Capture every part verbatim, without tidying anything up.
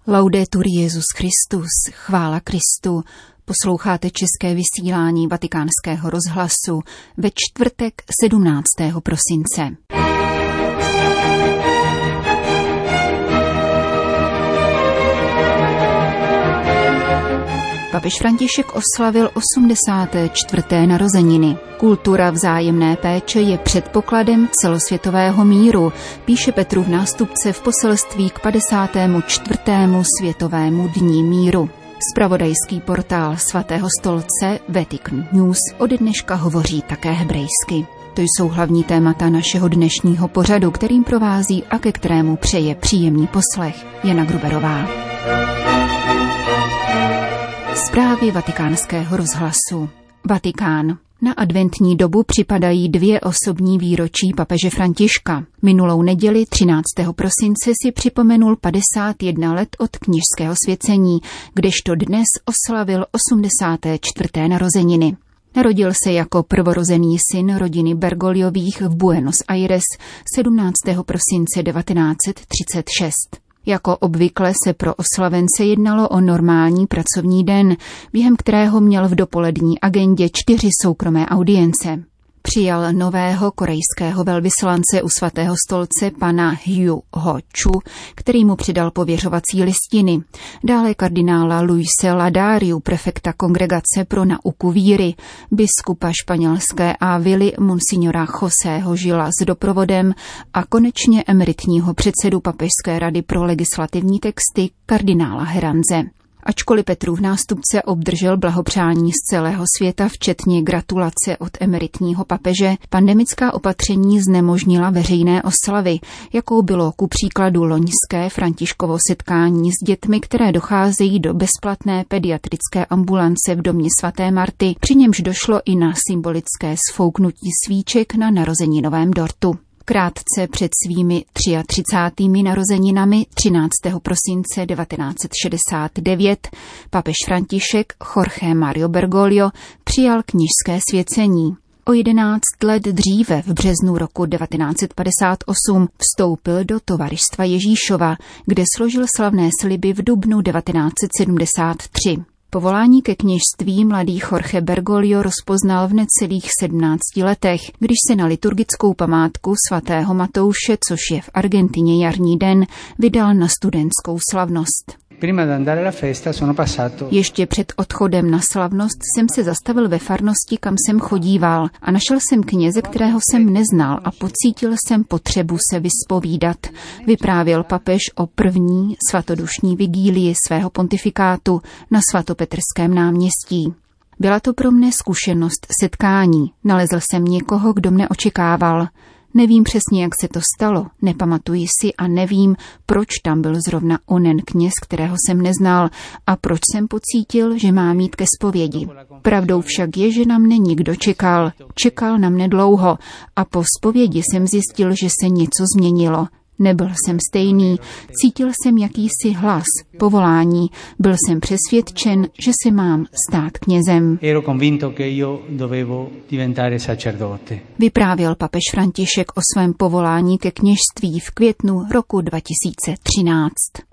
Laudetur Jesus Christus, chvála Kristu. Posloucháte české vysílání Vatikánského rozhlasu ve čtvrtek sedmnáctého prosince. Papež František oslavil osmdesáté čtvrté narozeniny. Kultura vzájemné péče je předpokladem celosvětového míru, píše Petrův nástupce v poselství k padesátému čtvrtému světovému dní míru. Zpravodajský portál Svatého stolce Vatican News ode dneška hovoří také hebrejsky. To jsou hlavní témata našeho dnešního pořadu, kterým provází a ke kterému přeje příjemný poslech Jana Gruberová. Zprávy Vatikánského rozhlasu. Vatikán. Na adventní dobu připadají dvě osobní výročí papeže Františka. Minulou neděli třináctého prosince si připomenul padesát jedna let od kněžského svěcení, kdežto dnes oslavil osmdesáté čtvrté narozeniny. Narodil se jako prvorozený syn rodiny Bergoliových v Buenos Aires sedmnáctého prosince devatenáct set třicet šest. Jako obvykle se pro oslavence jednalo o normální pracovní den, během kterého měl v dopolední agendě čtyři soukromé audience. Přijal nového korejského velvyslance u Svatého stolce pana Hyu Ho-chu, který mu přidal pověřovací listiny. Dále kardinála Luise Ladariu, prefekta Kongregace pro nauku víry, biskupa španělské Ávily monsignora Josého Žila s doprovodem a konečně emeritního předsedu Papežské rady pro legislativní texty kardinála Heranze. Ačkoliv Petrův nástupce obdržel blahopřání z celého světa, včetně gratulace od emeritního papeže, pandemická opatření znemožnila veřejné oslavy, jakou bylo ku příkladu loňské Františkovo setkání s dětmi, které docházejí do bezplatné pediatrické ambulance v domě svaté Marty, při němž došlo i na symbolické sfouknutí svíček na narozeninovém dortu. Krátce před svými třiatřicátými narozeninami třináctého prosince devatenáct set šedesát devět papež František Jorge Mario Bergoglio přijal kněžské svěcení. O jedenáct let dříve, v březnu roku devatenáct set padesát osm, vstoupil do Tovaristva Ježíšova, kde složil slavné sliby v dubnu devatenáct set sedmdesát tři. Povolání ke kněžství mladý Jorge Bergoglio rozpoznal v necelých sedmnácti letech, když se na liturgickou památku svatého Matouše, což je v Argentině jarní den, vydal na studentskou slavnost. Ještě před odchodem na slavnost jsem se zastavil ve farnosti, kam jsem chodíval, a našel jsem kněze, kterého jsem neznal, a pocítil jsem potřebu se vyspovídat. Vyprávěl papež o první svatodušní vigílii svého pontifikátu na svatopetrském náměstí. Byla to pro mne zkušenost setkání. Nalezl jsem někoho, kdo mne očekával. Nevím přesně, jak se to stalo, nepamatuji si a nevím, proč tam byl zrovna onen kněz, kterého jsem neznal, a proč jsem pocítil, že mám jít ke zpovědi. Pravdou však je, že na mne nikdo čekal. Čekal na mne dlouho a po zpovědi jsem zjistil, že se něco změnilo. Nebyl jsem stejný, cítil jsem jakýsi hlas, povolání, byl jsem přesvědčen, že se mám stát knězem. Vyprávěl papež František o svém povolání ke kněžství v květnu roku dva tisíce třináct.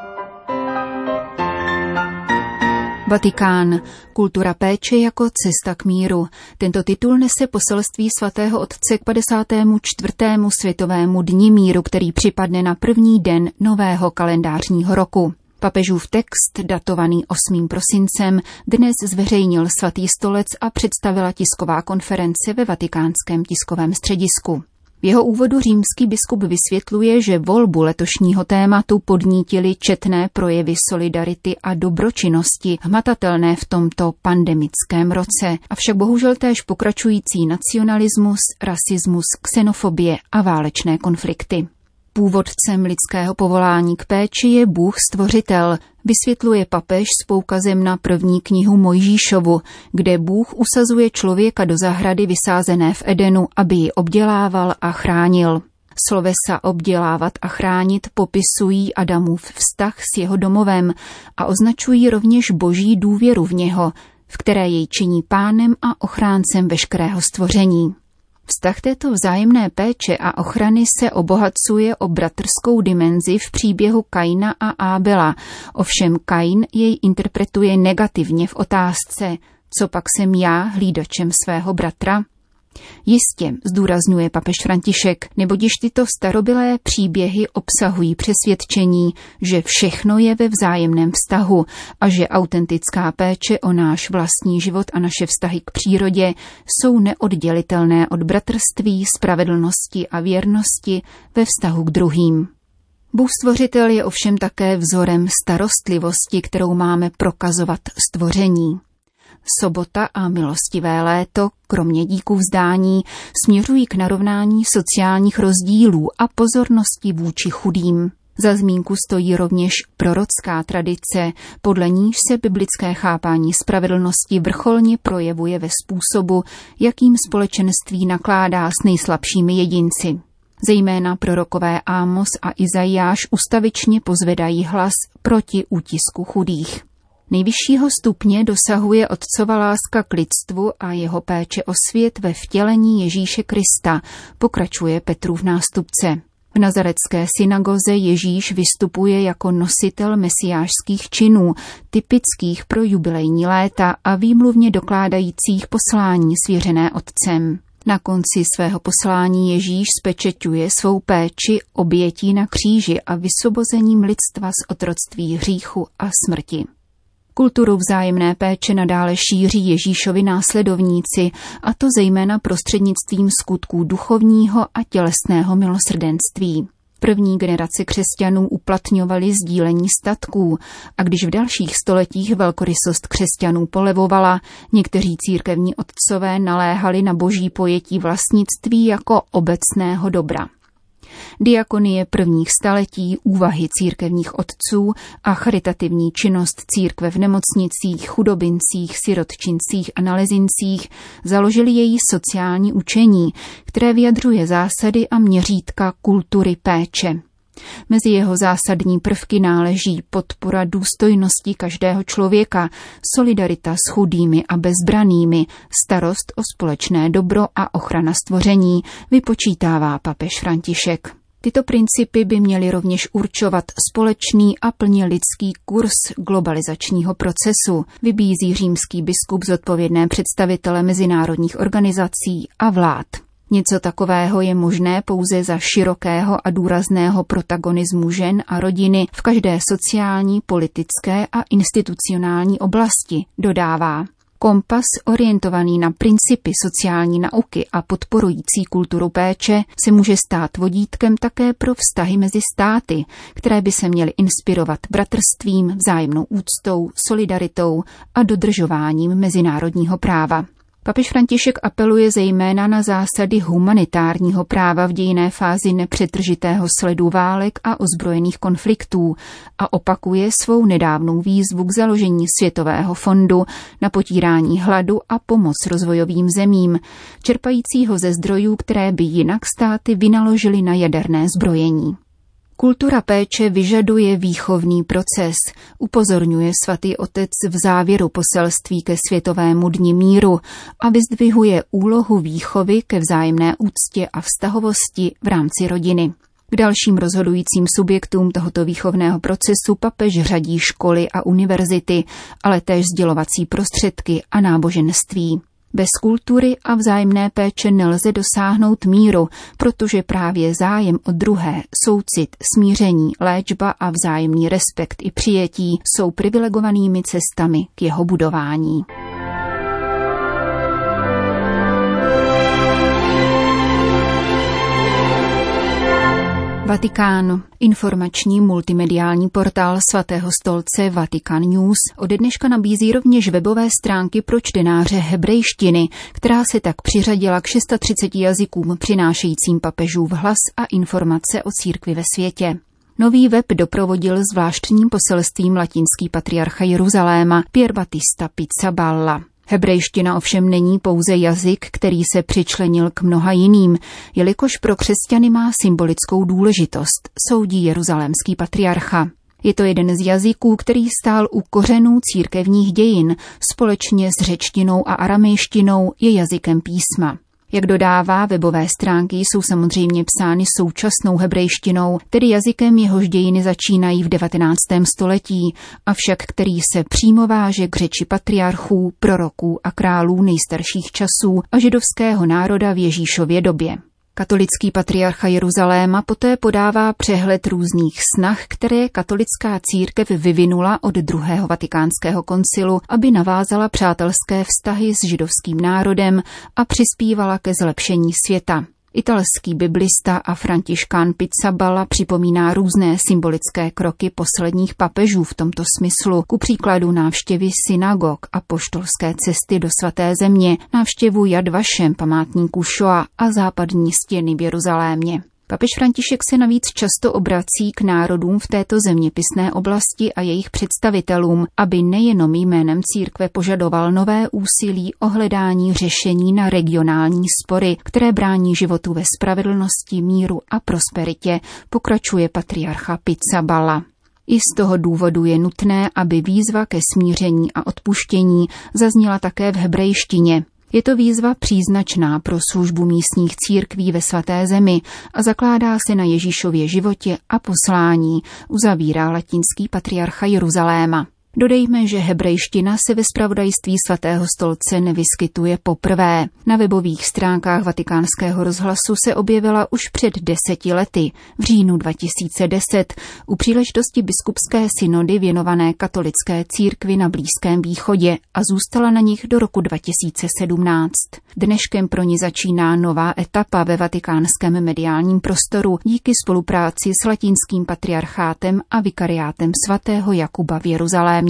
Vatikán. Kultura péče jako cesta k míru. Tento titul nese poselství svatého otce k padesátému čtvrtému světovému dni míru, který připadne na první den nového kalendářního roku. Papežův text, datovaný osmým prosincem, dnes zveřejnil Svatý stolec a představila tisková konference ve Vatikánském tiskovém středisku. V jeho úvodu římský biskup vysvětluje, že volbu letošního tématu podnítily četné projevy solidarity a dobročinnosti, hmatatelné v tomto pandemickém roce, avšak bohužel též pokračující nacionalismus, rasismus, xenofobie a válečné konflikty. Původcem lidského povolání k péči je Bůh stvořitel, vysvětluje papež s poukazem na první knihu Mojžíšovu, kde Bůh usazuje člověka do zahrady vysázené v Edenu, aby ji obdělával a chránil. Slovesa obdělávat a chránit popisují Adamův vztah s jeho domovem a označují rovněž boží důvěru v něho, v které jej činí pánem a ochráncem veškerého stvoření. Vztah této vzájemné péče a ochrany se obohacuje o bratrskou dimenzi v příběhu Kaina a Ábela. Ovšem Kain jej interpretuje negativně v otázce, co pak jsem já hlídačem svého bratra? Jistě, zdůrazňuje papež František, neboť již tyto starobylé příběhy obsahují přesvědčení, že všechno je ve vzájemném vztahu a že autentická péče o náš vlastní život a naše vztahy k přírodě jsou neoddělitelné od bratrství, spravedlnosti a věrnosti ve vztahu k druhým. Bůh stvořitel je ovšem také vzorem starostlivosti, kterou máme prokazovat stvoření. Sobota a milostivé léto, kromě díku vzdání, směřují k narovnání sociálních rozdílů a pozornosti vůči chudým. Za zmínku stojí rovněž prorocká tradice, podle níž se biblické chápání spravedlnosti vrcholně projevuje ve způsobu, jakým společenství nakládá s nejslabšími jedinci. Zejména prorokové Ámos a Izajáš ustavičně pozvedají hlas proti útisku chudých. Nejvyššího stupně dosahuje otcova láska k lidstvu a jeho péče o svět ve vtělení Ježíše Krista, pokračuje Petrův nástupce. V nazaretské synagoze Ježíš vystupuje jako nositel mesiášských činů, typických pro jubilejní léta a výmluvně dokládajících poslání svěřené otcem. Na konci svého poslání Ježíš spečeťuje svou péči obětí na kříži a vysvobozením lidstva z otroctví hříchu a smrti. Kulturu vzájemné péče nadále šíří Ježíšovi následovníci, a to zejména prostřednictvím skutků duchovního a tělesného milosrdenství. První generace křesťanů uplatňovali sdílení statků a když v dalších stoletích velkorysost křesťanů polevovala, někteří církevní otcové naléhali na boží pojetí vlastnictví jako obecného dobra. Diakonie prvních staletí, úvahy církevních otců a charitativní činnost církve v nemocnicích, chudobincích, sirotčincích a nalezincích založili její sociální učení, které vyjadřuje zásady a měřítka kultury péče. Mezi jeho zásadní prvky náleží podpora důstojnosti každého člověka, solidarita s chudými a bezbrannými, starost o společné dobro a ochrana stvoření, vypočítává papež František. Tyto principy by měly rovněž určovat společný a plně lidský kurz globalizačního procesu, vybízí římský biskup zodpovědné představitele mezinárodních organizací a vlád. Něco takového je možné pouze za širokého a důrazného protagonismu žen a rodiny v každé sociální, politické a institucionální oblasti, dodává. Kompas orientovaný na principy sociální nauky a podporující kulturu péče se může stát vodítkem také pro vztahy mezi státy, které by se měly inspirovat bratrstvím, vzájemnou úctou, solidaritou a dodržováním mezinárodního práva. Papež František apeluje zejména na zásady humanitárního práva v dějinné fázi nepřetržitého sledu válek a ozbrojených konfliktů a opakuje svou nedávnou výzvu k založení Světového fondu na potírání hladu a pomoc rozvojovým zemím, čerpajícího ze zdrojů, které by jinak státy vynaložily na jaderné zbrojení. Kultura péče vyžaduje výchovný proces, upozorňuje svatý otec v závěru poselství ke Světovému dni míru a vyzdvihuje úlohu výchovy ke vzájemné úctě a vztahovosti v rámci rodiny. K dalším rozhodujícím subjektům tohoto výchovného procesu papež řadí školy a univerzity, ale též sdělovací prostředky a náboženství. Bez kultury a vzájemné péče nelze dosáhnout míru, protože právě zájem o druhé, soucit, smíření, léčba a vzájemný respekt i přijetí jsou privilegovanými cestami k jeho budování. Vatikán. Informační multimediální portál svatého stolce Vatican News ode dneška nabízí rovněž webové stránky pro čtenáře hebrejštiny, která se tak přiřadila k třiceti šesti jazykům přinášejícím papežův hlas a informace o církvi ve světě. Nový web doprovodil zvláštním poselstvím latinský patriarcha Jeruzaléma Pier Battista Pizzaballa. Hebrejština ovšem není pouze jazyk, který se přičlenil k mnoha jiným, jelikož pro křesťany má symbolickou důležitost, soudí jeruzalémský patriarcha. Je to jeden z jazyků, který stál u kořenů církevních dějin, společně s řečtinou a aramejštinou je jazykem písma. Jak dodává, webové stránky jsou samozřejmě psány současnou hebrejštinou, tedy jazykem, jehož dějiny začínají v devatenáctém století, avšak který se přímo váže k řeči patriarchů, proroků a králů nejstarších časů a židovského národa v Ježíšově době. Katolický patriarcha Jeruzaléma poté podává přehled různých snah, které katolická církev vyvinula od druhého vatikánského koncilu, aby navázala přátelské vztahy s židovským národem a přispívala ke zlepšení světa. Italský biblista a františkán Pizzaballa připomíná různé symbolické kroky posledních papežů v tomto smyslu, ku příkladu návštěvy synagog, apoštolské cesty do svaté země, návštěvu Yad Vašem, památníku Šoa a západní stěny v Jeruzalémě. Papež František se navíc často obrací k národům v této zeměpisné oblasti a jejich představitelům, aby nejenom jménem církve požadoval nové úsilí o hledání řešení na regionální spory, které brání životu ve spravedlnosti, míru a prosperitě, pokračuje patriarcha Pizzaballa. I z toho důvodu je nutné, aby výzva ke smíření a odpuštění zazněla také v hebrejštině. Je to výzva příznačná pro službu místních církví ve svaté zemi a zakládá se na Ježíšově životě a poslání, uzavírá latinský patriarcha Jeruzaléma. Dodejme, že hebrejština se ve zpravodajství svatého stolce nevyskytuje poprvé. Na webových stránkách Vatikánského rozhlasu se objevila už před deseti lety, v říjnu dva tisíce deset, u příležitosti biskupské synody věnované katolické církvi na Blízkém východě a zůstala na nich do roku dva tisíce sedmnáct. Dneškem pro ní začíná nová etapa ve vatikánském mediálním prostoru díky spolupráci s latinským patriarchátem a vikariátem svatého Jakuba v Jeruzalémě.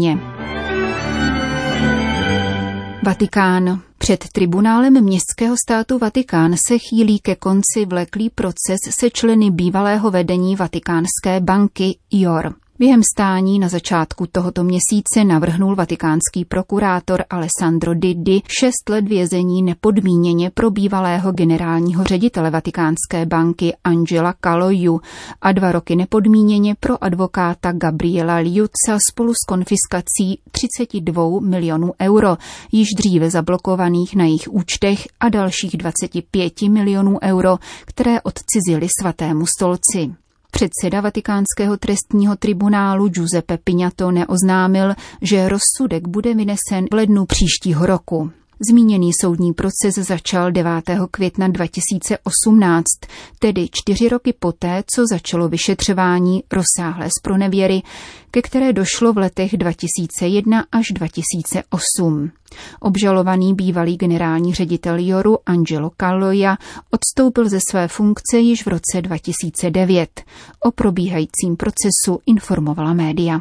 Vatikán. Před tribunálem městského státu Vatikán se chýlí ke konci vleklý proces se členy bývalého vedení Vatikánské banky I O R. Během stání na začátku tohoto měsíce navrhnul vatikánský prokurátor Alessandro Diddi šest let vězení nepodmíněně pro bývalého generálního ředitele Vatikánské banky Angela Kaloiu a dva roky nepodmíněně pro advokáta Gabriela Liuzza spolu s konfiskací třicet dva milionů euro, již dříve zablokovaných na jejich účtech, a dalších dvacet pět milionů euro, které odcizili svatému stolci. Předseda Vatikánského trestního tribunálu Giuseppe Pignato neoznámil, že rozsudek bude vynesen v lednu příštího roku. Zmíněný soudní proces začal devátého května dva tisíce osmnáct, tedy čtyři roky poté, co začalo vyšetřování rozsáhlé zpronevěry, ke které došlo v letech dva tisíce jedna až dva tisíce osm. Obžalovaný bývalý generální ředitel I O R u Angelo Kaloia odstoupil ze své funkce již v roce dva tisíce devět. O probíhajícím procesu informovala média.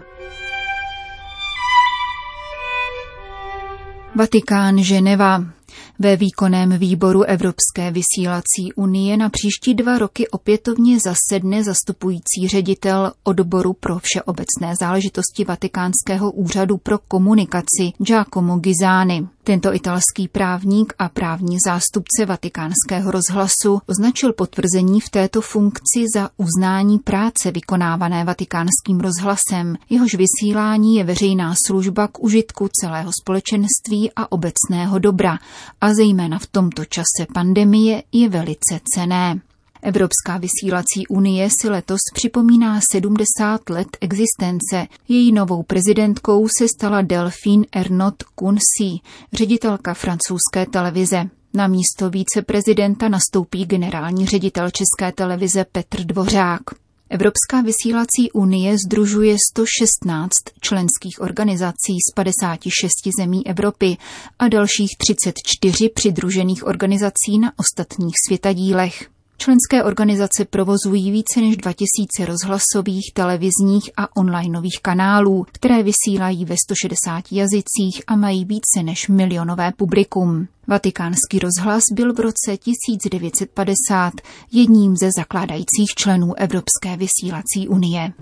Vatikán, Ženeva. Ve výkonném výboru Evropské vysílací unie na příští dva roky opětovně zasedne zastupující ředitel odboru pro všeobecné záležitosti Vatikánského úřadu pro komunikaci Giacomo Ghisani. Tento italský právník a právní zástupce Vatikánského rozhlasu označil potvrzení v této funkci za uznání práce vykonávané Vatikánským rozhlasem. Jehož vysílání je veřejná služba k užitku celého společenství a obecného dobra, a zejména v tomto čase pandemie je velice cenné. Evropská vysílací unie si letos připomíná sedmdesát let existence. Její novou prezidentkou se stala Delphine Ernotte Kunci, ředitelka francouzské televize. Na místo víceprezidenta nastoupí generální ředitel České televize Petr Dvořák. Evropská vysílací unie sdružuje sto šestnáct členských organizací z padesáti šesti zemí Evropy a dalších třicet čtyři přidružených organizací na ostatních světadílech. Členské organizace provozují více než dva tisíce rozhlasových, televizních a onlineových kanálů, které vysílají ve sto šedesáti jazycích a mají více než milionové publikum. Vatikánský rozhlas byl v roce tisíc devět set padesát jedním ze zakládajících členů Evropské vysílací unie.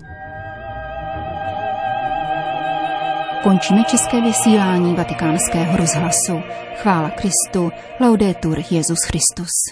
Končíme české vysílání Vatikánského rozhlasu. Chvála Kristu, laudetur Jesus Christus.